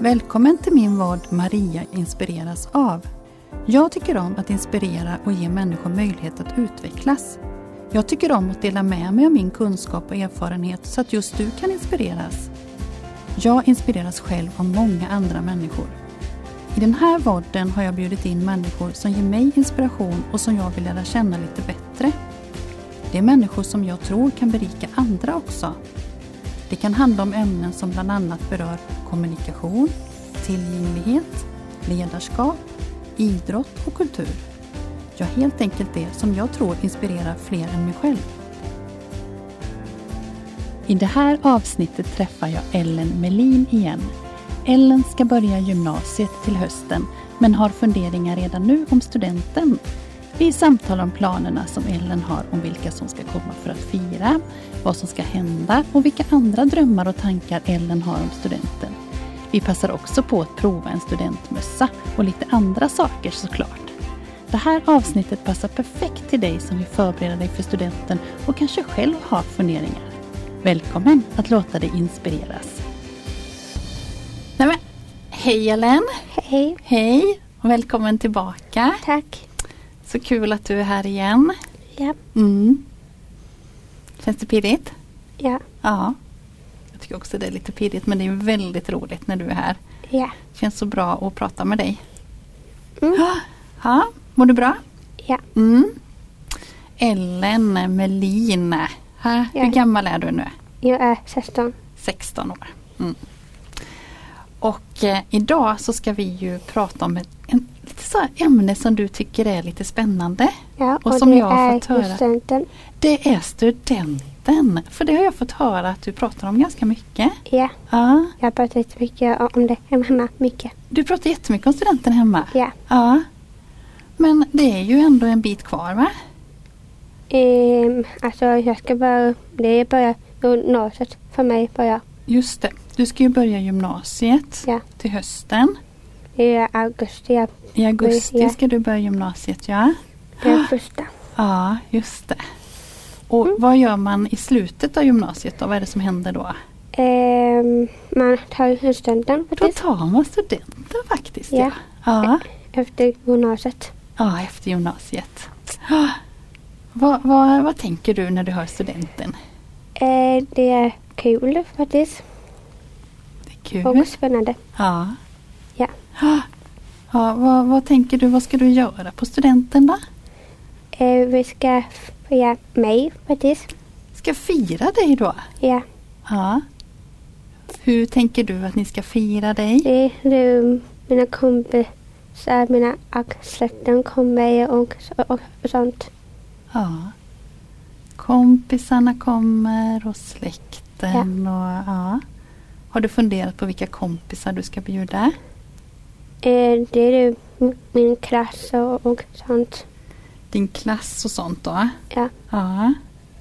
Välkommen till min vad Maria inspireras av. Jag tycker om att inspirera och ge människor möjlighet att utvecklas. Jag tycker om att dela med mig av min kunskap och erfarenhet så att just du kan inspireras. Jag inspireras själv av många andra människor. I den här podden har jag bjudit in människor som ger mig inspiration och som jag vill lära känna lite bättre. Det är människor som jag tror kan berika andra också. Det kan handla om ämnen som bland annat berör kommunikation, tillgänglighet, ledarskap, idrott och kultur. Ja, helt enkelt det som jag tror inspirerar fler än mig själv. I det här avsnittet träffar jag Ellen Melin igen. Ellen ska börja gymnasiet till hösten men har funderingar redan nu om studenten. Vi samtalar om planerna som Ellen har om vilka som ska komma för att fira, vad som ska hända och vilka andra drömmar och tankar Ellen har om studenten. Vi passar också på att prova en studentmössa och lite andra saker såklart. Det här avsnittet passar perfekt till dig som vill förbereda dig för studenten och kanske själv har funderingar. Välkommen att låta dig inspireras. Nämen, hej Ellen! Hej! Hej och välkommen tillbaka. Tack! Så kul att du är här igen. Ja. Känns det pirrigt? Ja. Ja. Jag tycker också det är lite pirrigt men det är väldigt roligt när du är här. Ja. Känns så bra att prata med dig. Mm. Ja, mår du bra? Ja. Ellen Melin. Ja. Hur gammal är du nu? Jag är 16. 16 år. Och idag så ska vi ju prata om lite så ämne som du tycker är lite spännande. Ja, och som det jag har är fått höra. studenten. Det är studenten. För det har jag fått höra att du pratar om ganska mycket. Ja. Ja. Jag pratar jättemycket om det hemma. Mycket. Du pratar jättemycket om studenten hemma. Ja. Ja. Men det är ju ändå en bit kvar, va? Alltså jag ska börja gymnasiet för mig bara. Just det. Du ska ju börja gymnasiet till hösten. I augusti. I augusti ska du börja gymnasiet, ja. Det är första. Ja, just det. Och vad gör man i slutet av gymnasiet då? Vad är det som händer då? Man tar studenten faktiskt. Då tar man studenten faktiskt, ja. Ja. Efter gymnasiet. Ja, efter gymnasiet. Vad tänker du när du hör studenten? Det är kul faktiskt. Det är kul. Och spännande. Ja. Ja. Ja, vad tänker du? Vad ska du göra på studenten då? Vi ska fira mig faktiskt. Ska fira dig då? Ja. Ja. Hur tänker du att ni ska fira dig? Det är mina kompisar, mina släkten kommer och sånt. Ja. Kompisarna kommer och släkten och ja. Har du funderat på vilka kompisar du ska bjuda? Det är min klass och sånt. Din klass och sånt då? Ja. Ja.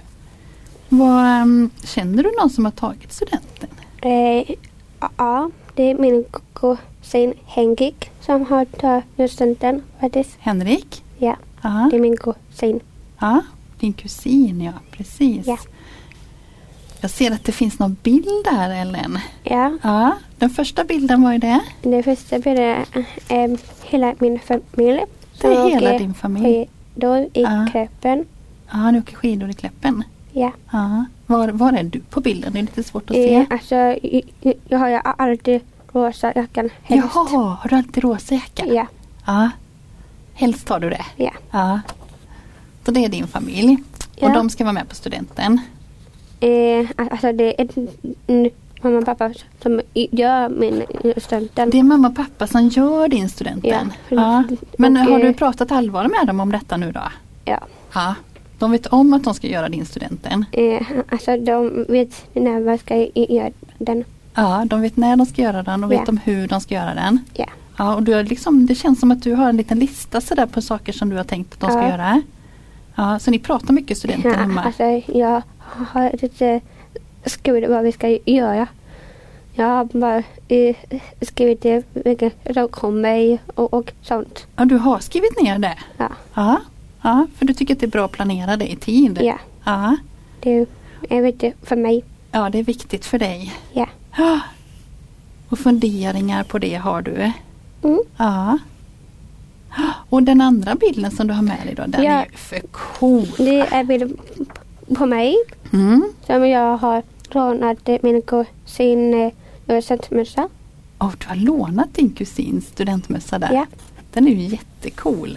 Känner du någon som har tagit studenten? Ja, det är min kusin Henrik som har tagit studenten faktiskt. Henrik? Ja, Ja. det är min kusin. Ja, din kusin, ja, precis. Ja. Jag ser att det finns någon bild där, Ellen. Ja. Ja, den första bilden, vad är det? Det första bilden är hela min familj. Det är hela din familj? Då i Kläppen. Ja, du åker skidor i Kläppen? Ja. Ja. Var är du på bilden? Det är lite svårt att se. Alltså, jag har ju alltid rosa jackan helst. Jaha, har du alltid rosa jacka? Ja. Ja. Helst har du det? Ja. Ja. Så det är din familj. Ja. Och de ska vara med på studenten? Alltså det är mamma och pappa som gör min studenten. Det är mamma och pappa som gör din studenten? Ja. Men har du pratat allvar med dem om detta nu då? Ja. Ja. De vet om att de ska göra din studenten? Alltså de vet när man ska göra den. Ja, de vet när de ska göra den och vet om hur de ska göra den. Ja. Ja, och du har liksom, det känns som att du har en liten lista sådär på saker som du har tänkt att de ska göra. Ja, så ni pratar mycket studenter hemma? Alltså jag har lite skrivit vad vi ska göra. Jag har bara skrivit vilka som kommer och sånt. Ja, du har skrivit ner det? Ja. Ja, för du tycker att det är bra att planera det i tid? Ja. Ja. Det är viktigt för mig. Ja, det är viktigt för dig. Ja. Och funderingar på det har du? Mm. Ja. Och den andra bilden som du har med dig då, den är ju för cool. Det är bild på mig. Mm. Som jag har lånat min kusin studentmössa. Du har lånat din kusins studentmössa där. Ja. Den är ju jättecool.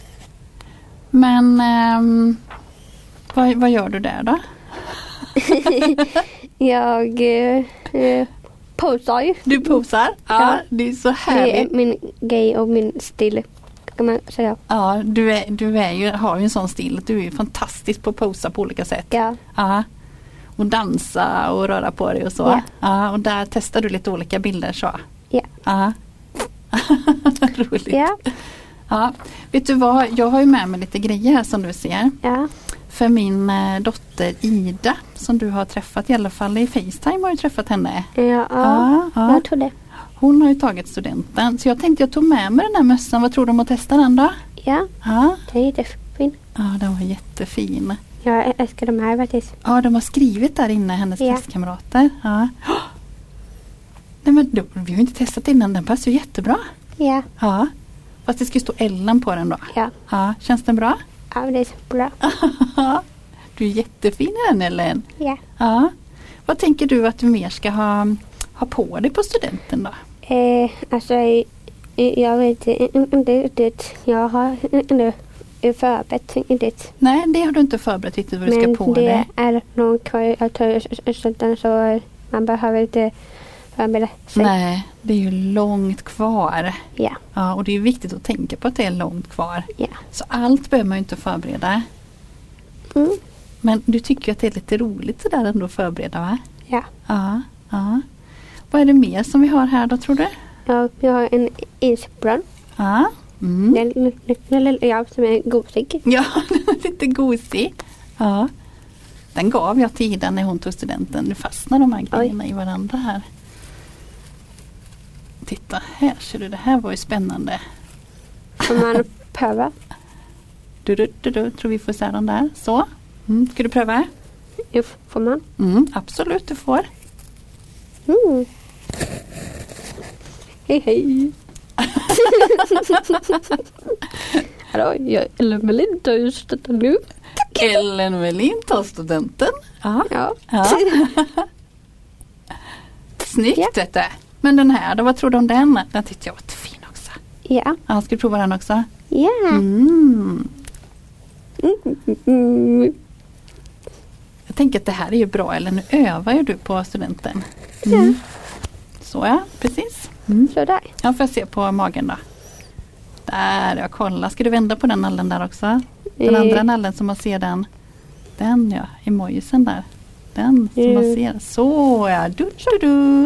Men vad gör du där då? Jag posar. Du posar? Ja, det är så härligt. Det är min grej och min stil, kan man säga. Ja, har ju en sån stil. Du är ju fantastisk på att posa på olika sätt. Ja. Ja. Och dansa och röra på dig och så. Ja. Ja, och där testar du lite olika bilder så. Ja. Ja. Roligt. Ja. Ja. Vet du vad, jag har ju med mig lite grejer här som du ser. Ja. För min dotter Ida, som du har träffat i alla fall i FaceTime, har ju träffat henne. Ja. Jag tror det. Hon har ju tagit studenten. Så jag tänkte jag tog med mig den här mössan. Vad tror du om att testa den då? Ja, Ja, det är jättefin. ja, den var jättefin. Jag älskar de här faktiskt. Ja, de har skrivit där inne, hennes Ja. klasskamrater. Ja. Nej, men vi har ju inte testat innan. Den passar ju jättebra. Ja. Ja. Fast det ska stå Ellen på den då. Ja. Ja, känns den bra? Ja, det är bra. Du är jättefin i den, Ellen. Ja. Ja. Vad tänker du att du mer ska ha på dig på studenten då? Alltså, jag vet inte riktigt. Jag har inte förberett det. Nej, det har du inte förberett riktigt vad du ska på Men dig. det är någon kvar att ta studenten, så man behöver inte förbereda sig. Nej, det är ju långt kvar. Ja. Ja, och det är ju viktigt att tänka på att det är långt kvar. Ja. Så allt behöver man ju inte förbereda. Mm. Men du tycker ju att det är lite roligt sådär ändå att förbereda, va? Ja. Ja, ja. Vad är det mer som vi har här då, tror du? Ja, jag har en isbrand. Ja. Mm. Den jag som är gosig. Ja, den är lite gosig. Ja. Den gav jag till Ida när hon tog studenten. Nu fastnar de här grejerna i varandra här. Titta, här ser du. Det här var ju spännande. Kan man pröva? Tror vi får se den där. Så. Ska du pröva? Jo, får man? Absolut, du får. Mm. Hej, hej. Hallå, jag är Ellen Melin, tar ju studenten nu. Ellen Melin tar studenten. Ja. Ja. Ja. Snyggt, Ja. vet du. Men den här då, vad tror du om den? Den tyckte jag var fin också. Ja. Ja, ska du prova den också? Ja. Mm. Mm. Jag tänker att det här är ju bra, eller nu övar ju du på studenten. Mm. Så ja, precis. Sådär. Ja, får jag se på magen då. Där, jag kollar. Ska du vända på den nallen där också? Den andra nallen som man ser den. Den ja, emojisen där. Den som man ser. Så ja, du.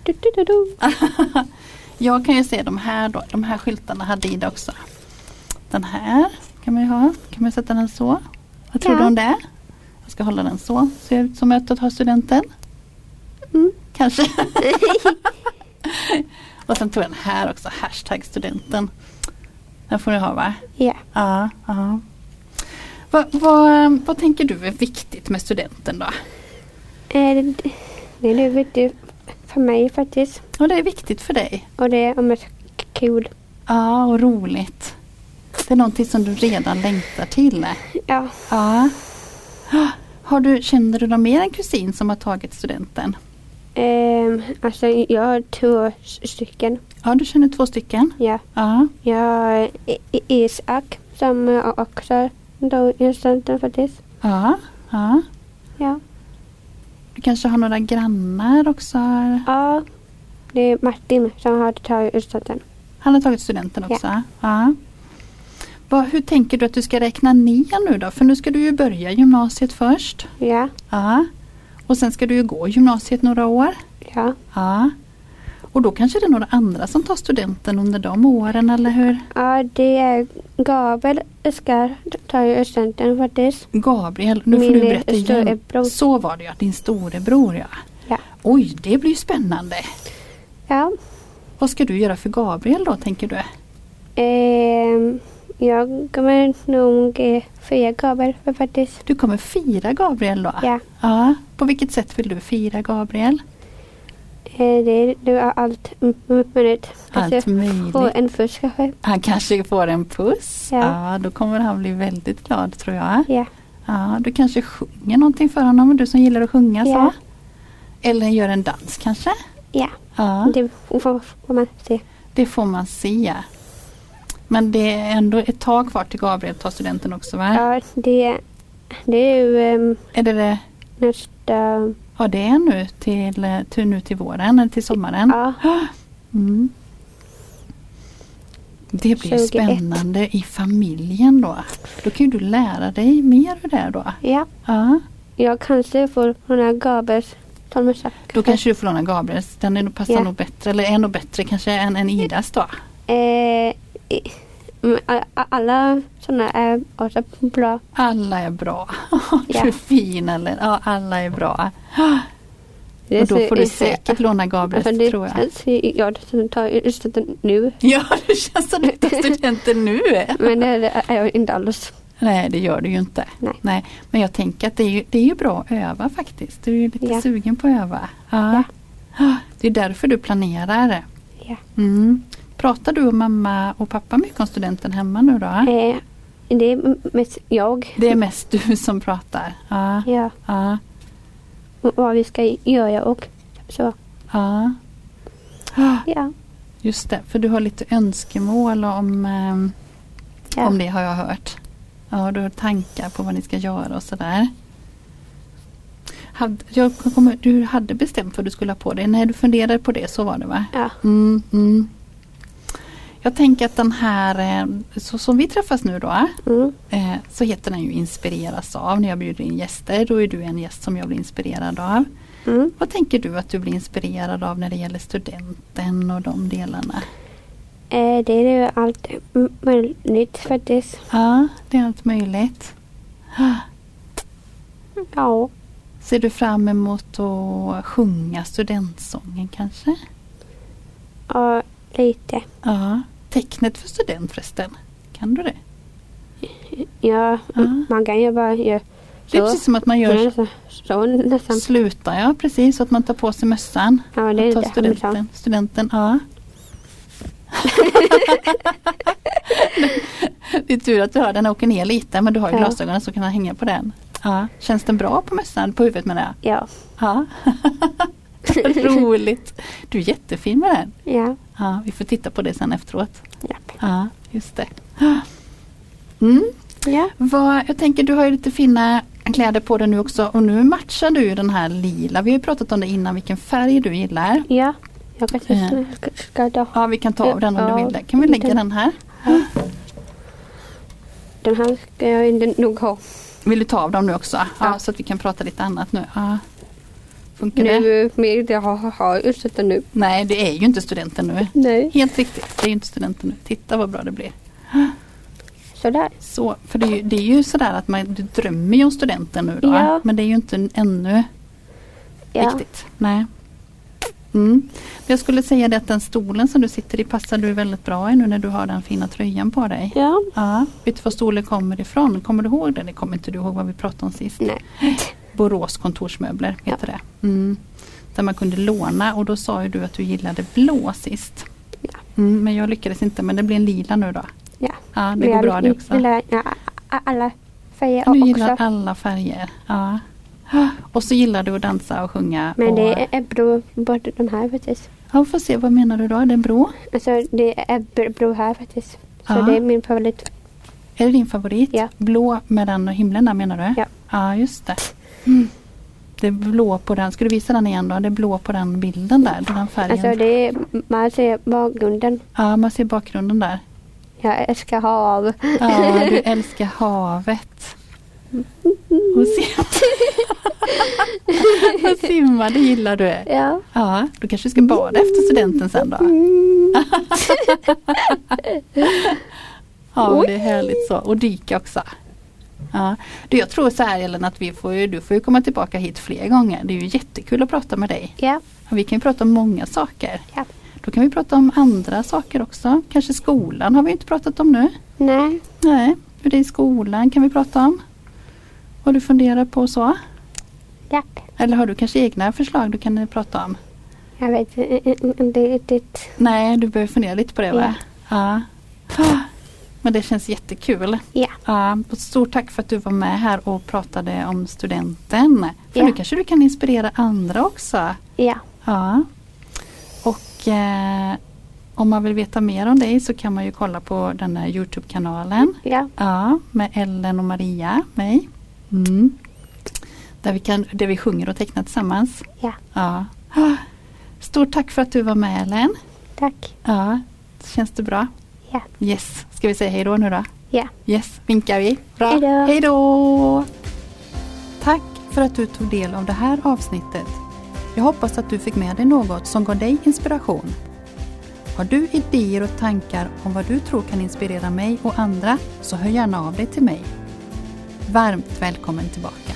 Jag kan ju se de här då. De här skyltarna hade Ida också. Den här kan man ju ha. Kan man sätta den så? Vad tror du om det? Jag ska hålla den så. Ser ut som att ha studenten. Kanske. Och sen tog jag den här också. #studenten. Den får du ha, va? Ja. Ja. Ja. Vad tänker du är viktigt med studenten då? Det är viktigt för mig faktiskt. Och det är viktigt för dig. Och det är mest kul. Ja, och roligt. Det är någonting som du redan längtar till. Ja. Ja. Känner du någon mer än kusin som har tagit studenten? Alltså jag har 2 stycken. Ja, du känner 2 stycken? Ja. Ja. Jag har Isak som också tog studenten faktiskt. Ja. Ja. Ja. Du kanske har några grannar också? Ja. Det är Martin som har tagit studenten. Han har tagit studenten också? Ja. Hur tänker du att du ska räkna ner nu då? För nu ska du ju börja gymnasiet först. Ja. Ja. Och sen ska du ju gå gymnasiet några år. Ja. Ja. Och då kanske det är några andra som tar studenten under de åren, eller hur? Ja, det är Gabriel ska ta studenten faktiskt. Gabriel, nu får du berätta igen. Storebror. Så var det ja, din storebror ja. Ja. Oj, det blir ju spännande. Ja. Vad ska du göra för Gabriel då, tänker du? Jag kommer nog fira Gabriel faktiskt. Du kommer fira Gabriel då? Ja. Ja. På vilket sätt vill du fira Gabriel? Det är allt möjligt. Allt möjligt. Få en puss kanske. Han kanske får en puss. Ja, då kommer han bli väldigt glad tror jag. Ja. Ja, du kanske sjunger någonting för honom, du som gillar att sjunga Ja. så. Eller gör en dans kanske. Ja. Ja, Det får man se. det får man se. Men det är ändå ett tag kvar till Gabriel tar studenten också va? Ja, det är ju Är det nästa... Ja, det är nu till våren eller till sommaren. Ja. Mm. Det blir 21. spännande i familjen då. Då kan ju du lära dig mer av det då. Ja. Ja. Jag kanske får den här Gabriels talmössa. Då kanske du får låna Gabriels. Den är nog, passar Ja. nog bättre. Eller är nog bättre kanske än Idas då. Alla sådana är också bra. Alla är bra. Du Ja. är fin eller? Ja, alla är bra. Det Och då får du är- säkert låna Gabriels Alltså, det tror jag. känns jag som tar just det nu. Ja, det känns som du tar studenten nu. Men det är jag inte alls. Nej, det gör du ju inte. Nej. Men jag tänker att det är ju bra att öva faktiskt. Du är ju lite Ja. sugen på att öva. Ja. Det är därför du planerar. Ja. Mm. Pratar du och mamma och pappa mycket om studenten hemma nu då? Det är mest jag. Det är mest du som pratar. Ja. Ja. Ja. Och vad vi ska göra och så. Ja. Ja. Just det, för du har lite önskemål om Ja. det har jag hört. Ja, du har tankar på vad ni ska göra och sådär. Du hade bestämt vad du skulle ha på dig. När du funderade på det så var det va? Ja. Mm. Jag tänker att den här, så som vi träffas nu då, så heter den ju Inspireras av. När jag bjuder in gäster, då är du en gäst som jag blir inspirerad av. Vad tänker du att du blir inspirerad av när det gäller studenten och de delarna? Det är ju allt möjligt faktiskt. Ja, det är allt möjligt. Ja. Ser du fram emot att sjunga studentsången kanske? Ja, lite. Ja. Tecknet för student förresten. Kan du det? Ja, man kan ju bara göra Det är precis som att man gör så nästan. slutar jag precis så att man tar på sig mössan. Ja, det är tar det. studenten, ja. Det är tur att du har den åker ner lite men du har ju glasögonen så kan han hänga på den. Ja. Känns den bra på mössan på huvudet menar jag? Ja. Ja. Roligt. Du är jättefin med den. Ja. Ja, vi får titta på det sen efteråt. Japp. Ja, just det. Ja. Jag tänker du har ju lite fina kläder på dig nu också och nu matchar du ju den här lila. Vi har ju pratat om det innan vilken färg du gillar. Ja. Jag kanske ska ta. Ja, vi kan ta av den om du vill. Kan vi lägga den här? Ja. Den här ska jag inte nog ha. Vill du ta av dem nu också? Ja, så att vi kan prata lite annat nu. Ja. Funkar det? Nu med jag har just det nu. Nej, det är ju inte studenten nu. Nej. Helt riktigt, det är ju inte studenten nu. Titta vad bra det blir. Sådär. Så, för det är ju sådär att du drömmer ju om studenten nu då. Ja. Men det är ju inte ännu Ja. riktigt. Nej. Men jag skulle säga det att den stolen som du sitter i passar du väldigt bra i nu när du har den fina tröjan på dig. Ja. Ja. Vet du var stolen kommer ifrån? Kommer du ihåg det? Det kommer inte du ihåg vad vi pratade om sist. Nej. Borås kontorsmöbler heter det. Där man kunde låna och då sa ju du att du gillade blå sist. Ja. Men jag lyckades inte men det blir en lila nu då. Ja. Ja, det går bra det också. Ja, alla färger Du också. gillar alla färger. Ja. Och så gillar du att dansa och sjunga. Men och, det är bro bort den här faktiskt. Ja, vi får se. Vad menar du då? Är det en bro? Alltså det är bro här faktiskt. Så Ja. det är min favorit. Är det din favorit? Ja. Blå med den himlen där menar du? Ja. Ja, just det. Det är blå på den. Ska du visa den igen då? Det är blå på den bilden där. Den färgen. Alltså det är, man ser bakgrunden. Ja, man ser bakgrunden där. Jag älskar hav. Ja, du älskar havet. Och simma, det gillar du. Ja. Ja, då kanske du ska bada efter studenten sen då. Ja, det är härligt så. Och dyka också. Ja. Du, jag tror så här Ellen att du får ju komma tillbaka hit fler gånger. Det är ju jättekul att prata med dig. Ja. Och vi kan ju prata om många saker. Ja. Då kan vi prata om andra saker också. Kanske skolan har vi inte pratat om nu. Nej. Nej, hur det är i skolan kan vi prata om. Vad du funderar på så. Ja. Eller har du kanske egna förslag du kan prata om? Jag vet inte riktigt. Nej, du behöver fundera lite på det, va? Ja. Men det känns jättekul. Ja. Ja, och stort tack för att du var med här och pratade om studenten. För Ja. nu kanske du kan inspirera andra också. Ja. Ja. Och om man vill veta mer om dig så kan man ju kolla på den här YouTube-kanalen. Ja. Ja, med Ellen och Maria, mig. Där vi sjunger och tecknar tillsammans. Ja. Ja. Stort tack för att du var med, Ellen. Tack. Ja, känns det bra? Ja. Yes. Ska vi säga hej då nu då? Ja. Yes, vinkar vi. Bra. Hej då. Hej då! Tack för att du tog del av det här avsnittet. Jag hoppas att du fick med dig något som gav dig inspiration. Har du idéer och tankar om vad du tror kan inspirera mig och andra så hör gärna av dig till mig. Varmt välkommen tillbaka.